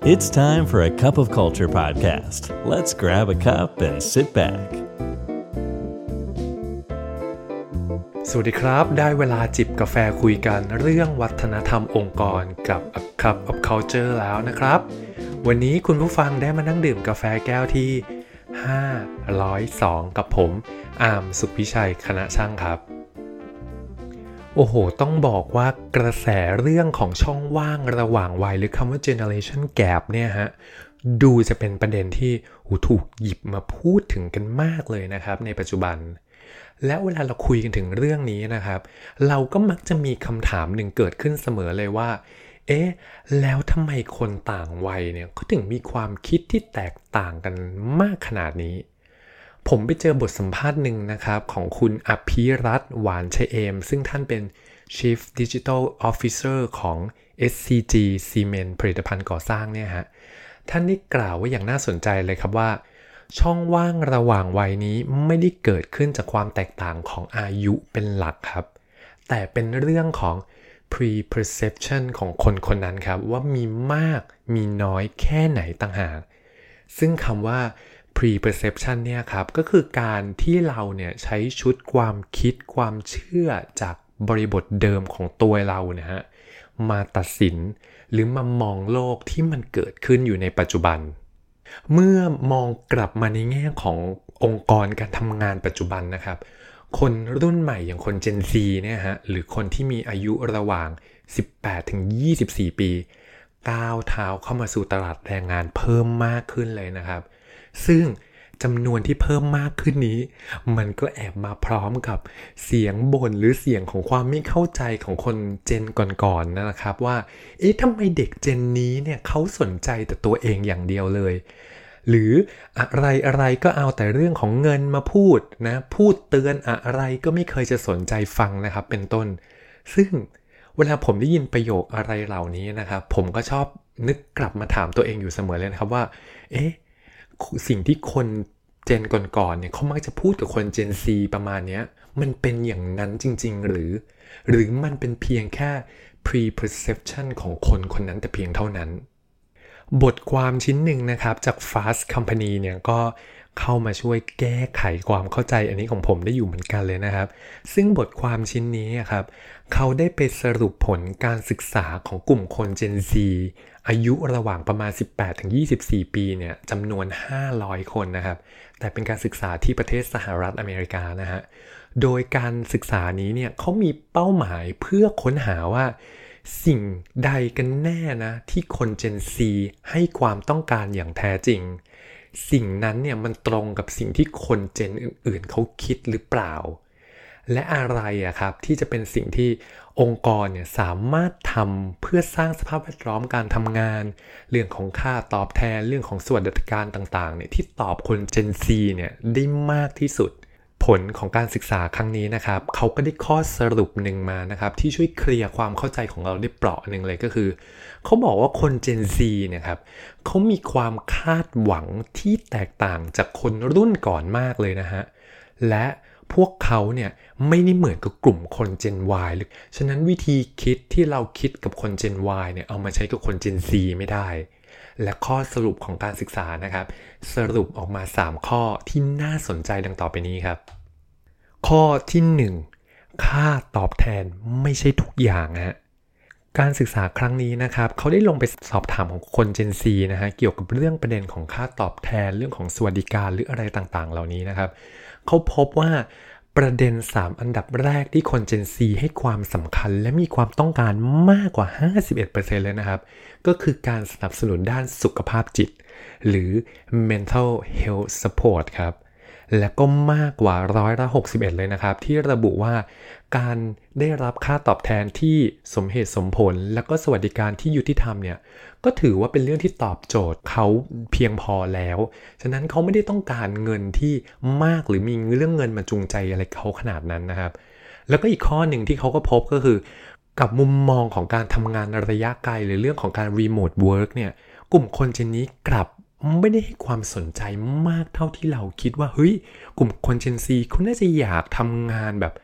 It's time for a cup of culture podcast. Let's grab a cup and sit back. สวัสดีครับได้เวลาจิบกาแฟคุยกันเรื่องวัฒนธรรมองค์กรกับ A Cup of Culture แล้วนะครับวันนี้คุณผู้ฟังได้มานั่งดื่มกาแฟแก้วที่502กับผมอาร์มสุขพิชัยคณะช่างครับโอ้โหต้องบอกว่ากระแสเรื่องของช่องว่างระหว่างวัยหรือคำว่า generation gap เนี่ยฮะดูจะเป็นประเด็นที่ถูกหยิบมาพูดถึงกันมากเลยนะครับในปัจจุบันและเวลาเราคุยกันถึงเรื่องนี้นะครับเราก็มักจะมีคำถามหนึ่งเกิดขึ้นเสมอเลยว่าแล้วทำไมคนต่างวัยเนี่ยก็ถึงมีความคิดที่แตกต่างกันมากขนาดนี้ผมไปเจอบทสัมภาษณ์หนึ่งนะครับของคุณอภิรัตน์หวานชัยเอมซึ่งท่านเป็น Chief Digital Officer ของ SCG ซีเมนต์ผลิตภัณฑ์ก่อสร้างเนี่ยฮะท่านได้กล่าวไว้อย่างน่าสนใจเลยครับว่าช่องว่างระหว่างวัยนี้ไม่ได้เกิดขึ้นจากความแตกต่างของอายุเป็นหลักครับแต่เป็นเรื่องของ pre-perception ของคนคนนั้นครับว่ามีมากมีน้อยแค่ไหนต่างหากซึ่งคำว่าpre-perception เนี่ยครับก็คือการที่เราเนี่ยใช้ชุดความคิดความเชื่อจากบริบทเดิมของตัวเรานะฮะมาตัดสินหรือมามองโลกที่มันเกิดขึ้นอยู่ในปัจจุบันเมื่อมองกลับมาในแง่ขององค์กรการทำงานปัจจุบันนะครับคนรุ่นใหม่อย่างคน Gen Z เนี่ยฮะหรือคนที่มีอายุระหว่าง 18-24 ปีก้าวเท้าเข้ามาสู่ตลาดแรงงานเพิ่มมากขึ้นเลยนะครับซึ่งจำนวนที่เพิ่มมากขึ้นนี้มันก็แอบมาพร้อมกับเสียงบ่นหรือเสียงของความไม่เข้าใจของคนเจนก่อนๆนะครับว่าทำไมเด็กเจนนี้เนี่ยเขาสนใจแต่ตัวเองอย่างเดียวเลยหรืออะไรก็เอาแต่เรื่องของเงินมาพูดนะพูดเตือนอะไรก็ไม่เคยจะสนใจฟังนะครับเป็นต้นซึ่งเวลาผมได้ยินประโยคอะไรเหล่านี้นะครับผมก็ชอบนึกกลับมาถามตัวเองอยู่เสมอเลยนะครับว่าสิ่งที่คนเจนก่อนๆเนี่ยเขามักจะพูดกับคนเจน Z ประมาณนี้มันเป็นอย่างนั้นจริงๆหรือมันเป็นเพียงแค่ pre-perception ของคนคนนั้นแต่เพียงเท่านั้นบทความชิ้นหนึ่งนะครับจาก Fast Company เนี่ยก็เข้ามาช่วยแก้ไขความเข้าใจอันนี้ของผมได้อยู่เหมือนกันเลยนะครับซึ่งบทความชิ้นนี้ครับเขาได้ไปสรุปผลการศึกษาของกลุ่มคน Gen Z อายุระหว่างประมาณ 18-24 ปีเนี่ยจำนวน500คนนะครับแต่เป็นการศึกษาที่ประเทศสหรัฐอเมริกานะฮะโดยการศึกษานี้เนี่ยเขามีเป้าหมายเพื่อค้นหาว่าสิ่งใดกันแน่นะที่คน Gen Z ให้ความต้องการอย่างแท้จริงสิ่งนั้นเนี่ยมันตรงกับสิ่งที่คนเจนอื่นๆเขาคิดหรือเปล่าและอะไรครับที่จะเป็นสิ่งที่องค์กรเนี่ยสามารถทำเพื่อสร้างสภาพแวดล้อมการทำงานเรื่องของค่าตอบแทนเรื่องของสวัสดิการต่างๆเนี่ยที่ตอบคน Gen Z เนี่ยได้มากที่สุดผลของการศึกษาครั้งนี้นะครับเขาก็ได้ข้อสรุปหนึ่งมานะครับที่ช่วยเคลียร์ความเข้าใจของเราได้เปราะหนึ่งเลยก็คือเขาบอกว่าคน Gen Z เนี่ยครับเขามีความคาดหวังที่แตกต่างจากคนรุ่นก่อนมากเลยนะฮะและพวกเขาเนี่ยไม่ได้เหมือนกับกลุ่มคน Gen Y เลยฉะนั้นวิธีคิดที่เราคิดกับคน Gen Y เนี่ยเอามาใช้กับคน Gen Z ไม่ได้และข้อสรุปของการศึกษานะครับสรุปออกมา3ข้อที่น่าสนใจดังต่อไปนี้ครับข้อที่1ค่าตอบแทนไม่ใช่ทุกอย่างฮะการศึกษาครั้งนี้นะครับเขาได้ลงไปสอบถามของคน Gen Z นะฮะเกี่ยวกับเรื่องประเด็นของค่าตอบแทนเรื่องของสวัสดิการหรืออะไรต่างๆเหล่านี้นะครับเขาพบว่าประเด็น3อันดับแรกที่คน Gen Z ให้ความสำคัญและมีความต้องการมากกว่า 51% เลยนะครับก็คือการสนับสนุนด้านสุขภาพจิตหรือ mental health support ครับและก็มากกว่า61%เลยนะครับที่ระบุว่าการได้รับค่าตอบแทนที่สมเหตุสมผลและก็สวัสดิการที่ยุติธรรมเนี่ยก็ถือว่าเป็นเรื่องที่ตอบโจทย์เขาเพียงพอแล้วฉะนั้นเขาไม่ได้ต้องการเงินที่มากหรือมีเรื่องเงินมาจูงใจอะไรเขาขนาดนั้นนะครับแล้วก็อีกข้อหนึ่งที่เขาก็พบก็คือกับมุมมองของการทำงานระยะไกลหรือเรื่องของการ remote work เนี่ยกลุ่มคนเจนนี้กลับไม่ได้ให้ความสนใจมากเท่าที่เราคิดว่าเฮ้ยกลุ่มคน Gen Z เขาน่าจะอยากทำงานแบบ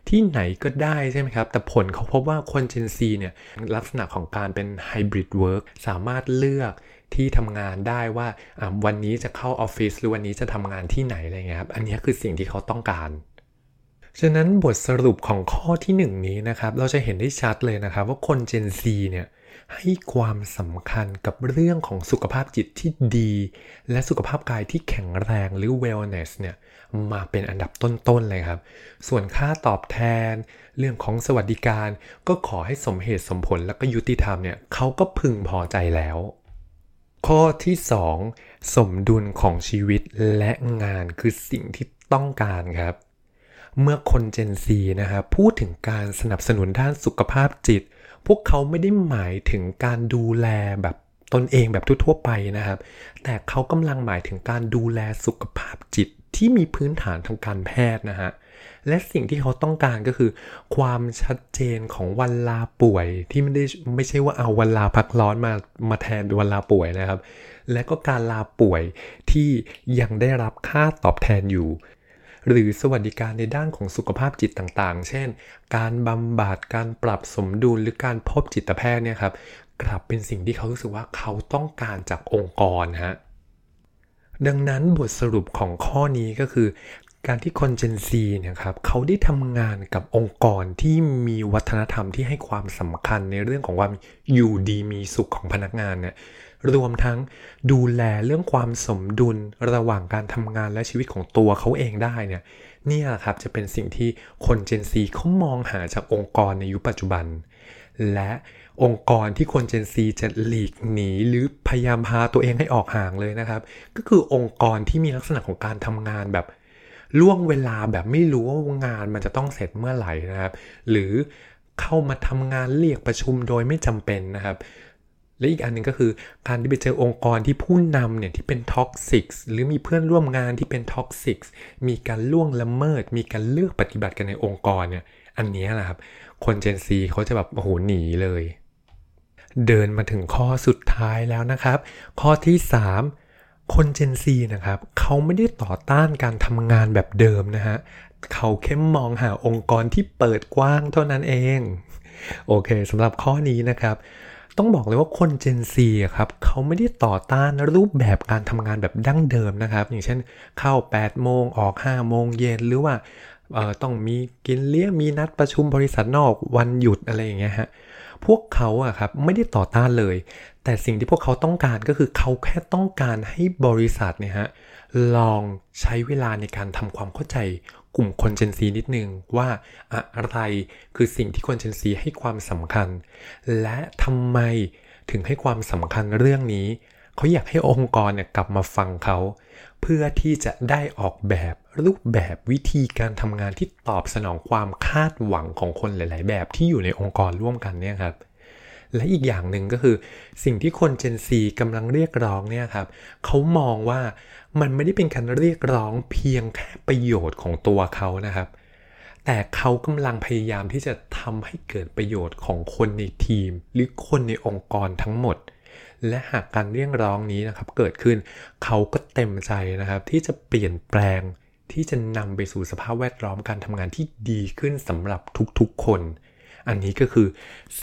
ที่ไหนก็ได้ใช่ไหมครับแต่ผลเขาพบว่าคน Gen Z เนี่ยลักษณะของการเป็น Hybrid Work สามารถเลือกที่ทำงานได้ว่าวันนี้จะเข้าออฟฟิศหรือวันนี้จะทำงานที่ไหนอะไรเงี้ยครับอันนี้คือสิ่งที่เขาต้องการฉะนั้นบทสรุปของข้อที่1นี้นะครับเราจะเห็นได้ชัดเลยนะครับว่าคน Gen Z เนี่ยให้ความสำคัญกับเรื่องของสุขภาพจิตที่ดีและสุขภาพกายที่แข็งแรงหรือ wellness เนี่ยมาเป็นอันดับต้นๆเลยครับส่วนค่าตอบแทนเรื่องของสวัสดิการก็ขอให้สมเหตุสมผลและก็ยุติธรรมเนี่ยเขาก็พึงพอใจแล้วข้อที่2สมดุลของชีวิตและงานคือสิ่งที่ต้องการครับเมื่อคน Gen Z นะครับพูดถึงการสนับสนุนด้านสุขภาพจิตพวกเขาไม่ได้หมายถึงการดูแลแบบตนเองแบบทั่วๆไปนะครับแต่เขากำลังหมายถึงการดูแลสุขภาพจิตที่มีพื้นฐานทางการแพทย์นะฮะและสิ่งที่เขาต้องการก็คือความชัดเจนของวันลาป่วยที่ไม่ใช่ว่าเอาวันลาพักร้อนมาแทนวันลาป่วยนะครับและก็การลาป่วยที่ยังได้รับค่าตอบแทนอยู่หรือสวัสดิการในด้านของสุขภาพจิตต่างๆเช่นการบำบัดการปรับสมดุลหรือการพบจิตแพทย์เนี่ยครับกลับเป็นสิ่งที่เขารู้สึกว่าเขาต้องการจากองค์กรฮะดังนั้นบทสรุปของข้อนี้ก็คือการที่คน Gen Z เนี่ยครับเขาได้ทำงานกับองค์กรที่มีวัฒนธรรมที่ให้ความสำคัญในเรื่องของความอยู่ดีมีสุขของพนักงานเนี่ยรวมทั้งดูแลเรื่องความสมดุลระหว่างการทำงานและชีวิตของตัวเขาเองได้เนี่ยครับจะเป็นสิ่งที่คน Gen Z เขามองหาจากองค์กรในยุคปัจจุบันและองค์กรที่คน Gen Z จะหลีกหนีหรือพยายามพาตัวเองให้ออกห่างเลยนะครับก็คือองค์กรที่มีลักษณะของการทำงานแบบล่วงเวลาแบบไม่รู้ว่างานมันจะต้องเสร็จเมื่อไหร่นะครับหรือเข้ามาทำงานเรียกประชุมโดยไม่จำเป็นนะครับและอีกอันนึงก็คือการที่ไปเจอองค์กรที่ผู้นำเนี่ยที่เป็นท็อกซิกหรือมีเพื่อนร่วมงานที่เป็นท็อกซิกมีการล่วงละเมิดมีการเลือกปฏิบัติกันในองค์กรเนี่ยอันนี้แหละครับคน Gen Z เขาจะแบบโอ้โหหนีเลยเดินมาถึงข้อสุดท้ายแล้วนะครับข้อที่3คน Gen Z นะครับเขาไม่ได้ต่อต้านการทำงานแบบเดิมนะฮะเขาแค่มองหาองค์กรที่เปิดกว้างเท่านั้นเองโอเคสำหรับข้อนี้นะครับต้องบอกเลยว่าคน Gen Z ครับเขาไม่ได้ต่อต้านรูปแบบการทำงานแบบดั้งเดิมนะครับอย่างเช่นเข้า 8 โมงออก 5 โมงเย็นหรือว่าต้องมีกินเลี้ยงมีนัดประชุมบริษัทนอกวันหยุดอะไรอย่างเงี้ยฮะพวกเขาอะครับไม่ได้ต่อต้านเลยแต่สิ่งที่พวกเขาต้องการก็คือเขาแค่ต้องการให้บริษัทเนี่ยฮะลองใช้เวลาในการทำความเข้าใจกลุ่มคน Gen Z นิดนึงว่าอะไรคือสิ่งที่คน Gen Z ให้ความสำคัญและทำไมถึงให้ความสำคัญเรื่องนี้เขาอยากให้องค์กรเนี่ยกลับมาฟังเขาเพื่อที่จะได้ออกแบบรูปแบบวิธีการทำงานที่ตอบสนองความคาดหวังของคนหลายๆแบบที่อยู่ในองค์กรร่วมกันเนี่ยครับและอีกอย่างหนึ่งก็คือสิ่งที่คน Gen Z กำลังเรียกร้องเนี่ยครับเขามองว่ามันไม่ได้เป็นการเรียกร้องเพียงแค่ประโยชน์ของตัวเขานะครับแต่เขากำลังพยายามที่จะทำให้เกิดประโยชน์ของคนในทีมหรือคนในองค์กรทั้งหมดและหากการเรียกร้องนี้นะครับเกิดขึ้นเขาก็เต็มใจนะครับที่จะเปลี่ยนแปลงที่จะนำไปสู่สภาพแวดล้อมการทำงานที่ดีขึ้นสำหรับทุกๆคนอันนี้ก็คือ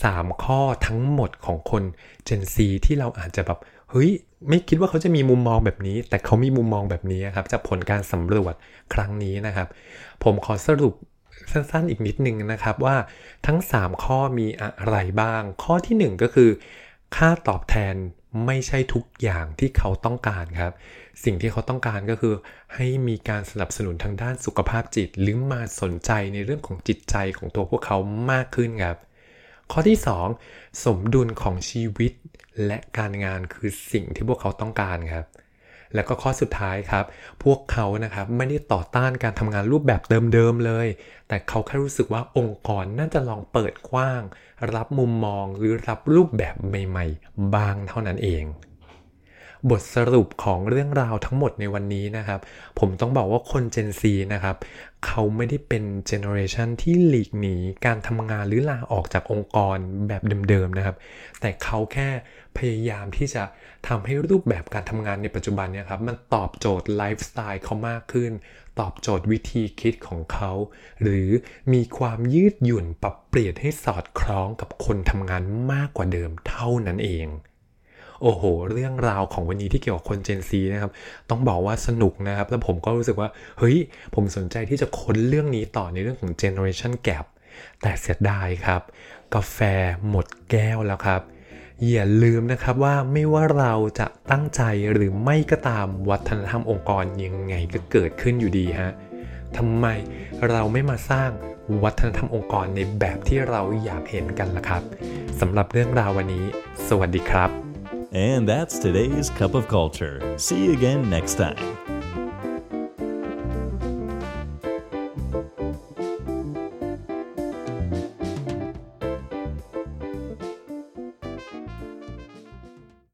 3ข้อทั้งหมดของคน Gen Z ที่เราอาจจะแบบเฮ้ยไม่คิดว่าเขาจะมีมุมมองแบบนี้แต่เขามีมุมมองแบบนี้ครับจากผลการสำรวจครั้งนี้นะครับผมขอสรุปสั้นๆอีกนิดนึงนะครับว่าทั้ง3ข้อมีอะไรบ้างข้อที่1ก็คือค่าตอบแทนไม่ใช่ทุกอย่างที่เขาต้องการครับสิ่งที่เขาต้องการก็คือให้มีการสนับสนุนทางด้านสุขภาพจิตหรือมาสนใจในเรื่องของจิตใจของตัวพวกเขามากขึ้นครับข้อที่2สมดุลของชีวิตและการงานคือสิ่งที่พวกเขาต้องการครับแล้วก็ข้อสุดท้ายครับพวกเขานะครับไม่ได้ต่อต้านการทำงานรูปแบบเดิมๆเลยแต่เขาแค่รู้สึกว่าองค์กรน่าจะลองเปิดกว้างรับมุมมองหรือรับรูปแบบใหม่ๆบ้างเท่านั้นเองบทสรุปของเรื่องราวทั้งหมดในวันนี้นะครับผมต้องบอกว่าคน Gen Z นะครับเขาไม่ได้เป็นเจเนอเรชันที่หลีกหนีการทำงานหรือลาออกจากองค์กรแบบเดิมๆนะครับแต่เขาแค่พยายามที่จะทำให้รูปแบบการทำงานในปัจจุบันเนี่ยครับมันตอบโจทย์ไลฟ์สไตล์เขามากขึ้นตอบโจทย์วิธีคิดของเขาหรือมีความยืดหยุ่นปรับเปลี่ยนให้สอดคล้องกับคนทำงานมากกว่าเดิมเท่านั้นเองโอ้โหเรื่องราวของวันนี้ที่เกี่ยวกับคน Gen Z นะครับต้องบอกว่าสนุกนะครับแล้วผมก็รู้สึกว่าเฮ้ยผมสนใจที่จะค้นเรื่องนี้ต่อในเรื่องของ Generation Gap แต่เสียดายครับกาแฟหมดแก้วแล้วครับอย่าลืมนะครับว่าไม่ว่าเราจะตั้งใจหรือไม่ก็ตามวัฒนธรรมองค์กรยังไงก็เกิดขึ้นอยู่ดีฮะทำไมเราไม่มาสร้างวัฒนธรรมองค์กรในแบบที่เราอยากเห็นกันล่ะครับสำหรับเรื่องราววันนี้สวัสดีครับ And that's today's Cup of Culture. See you again next time.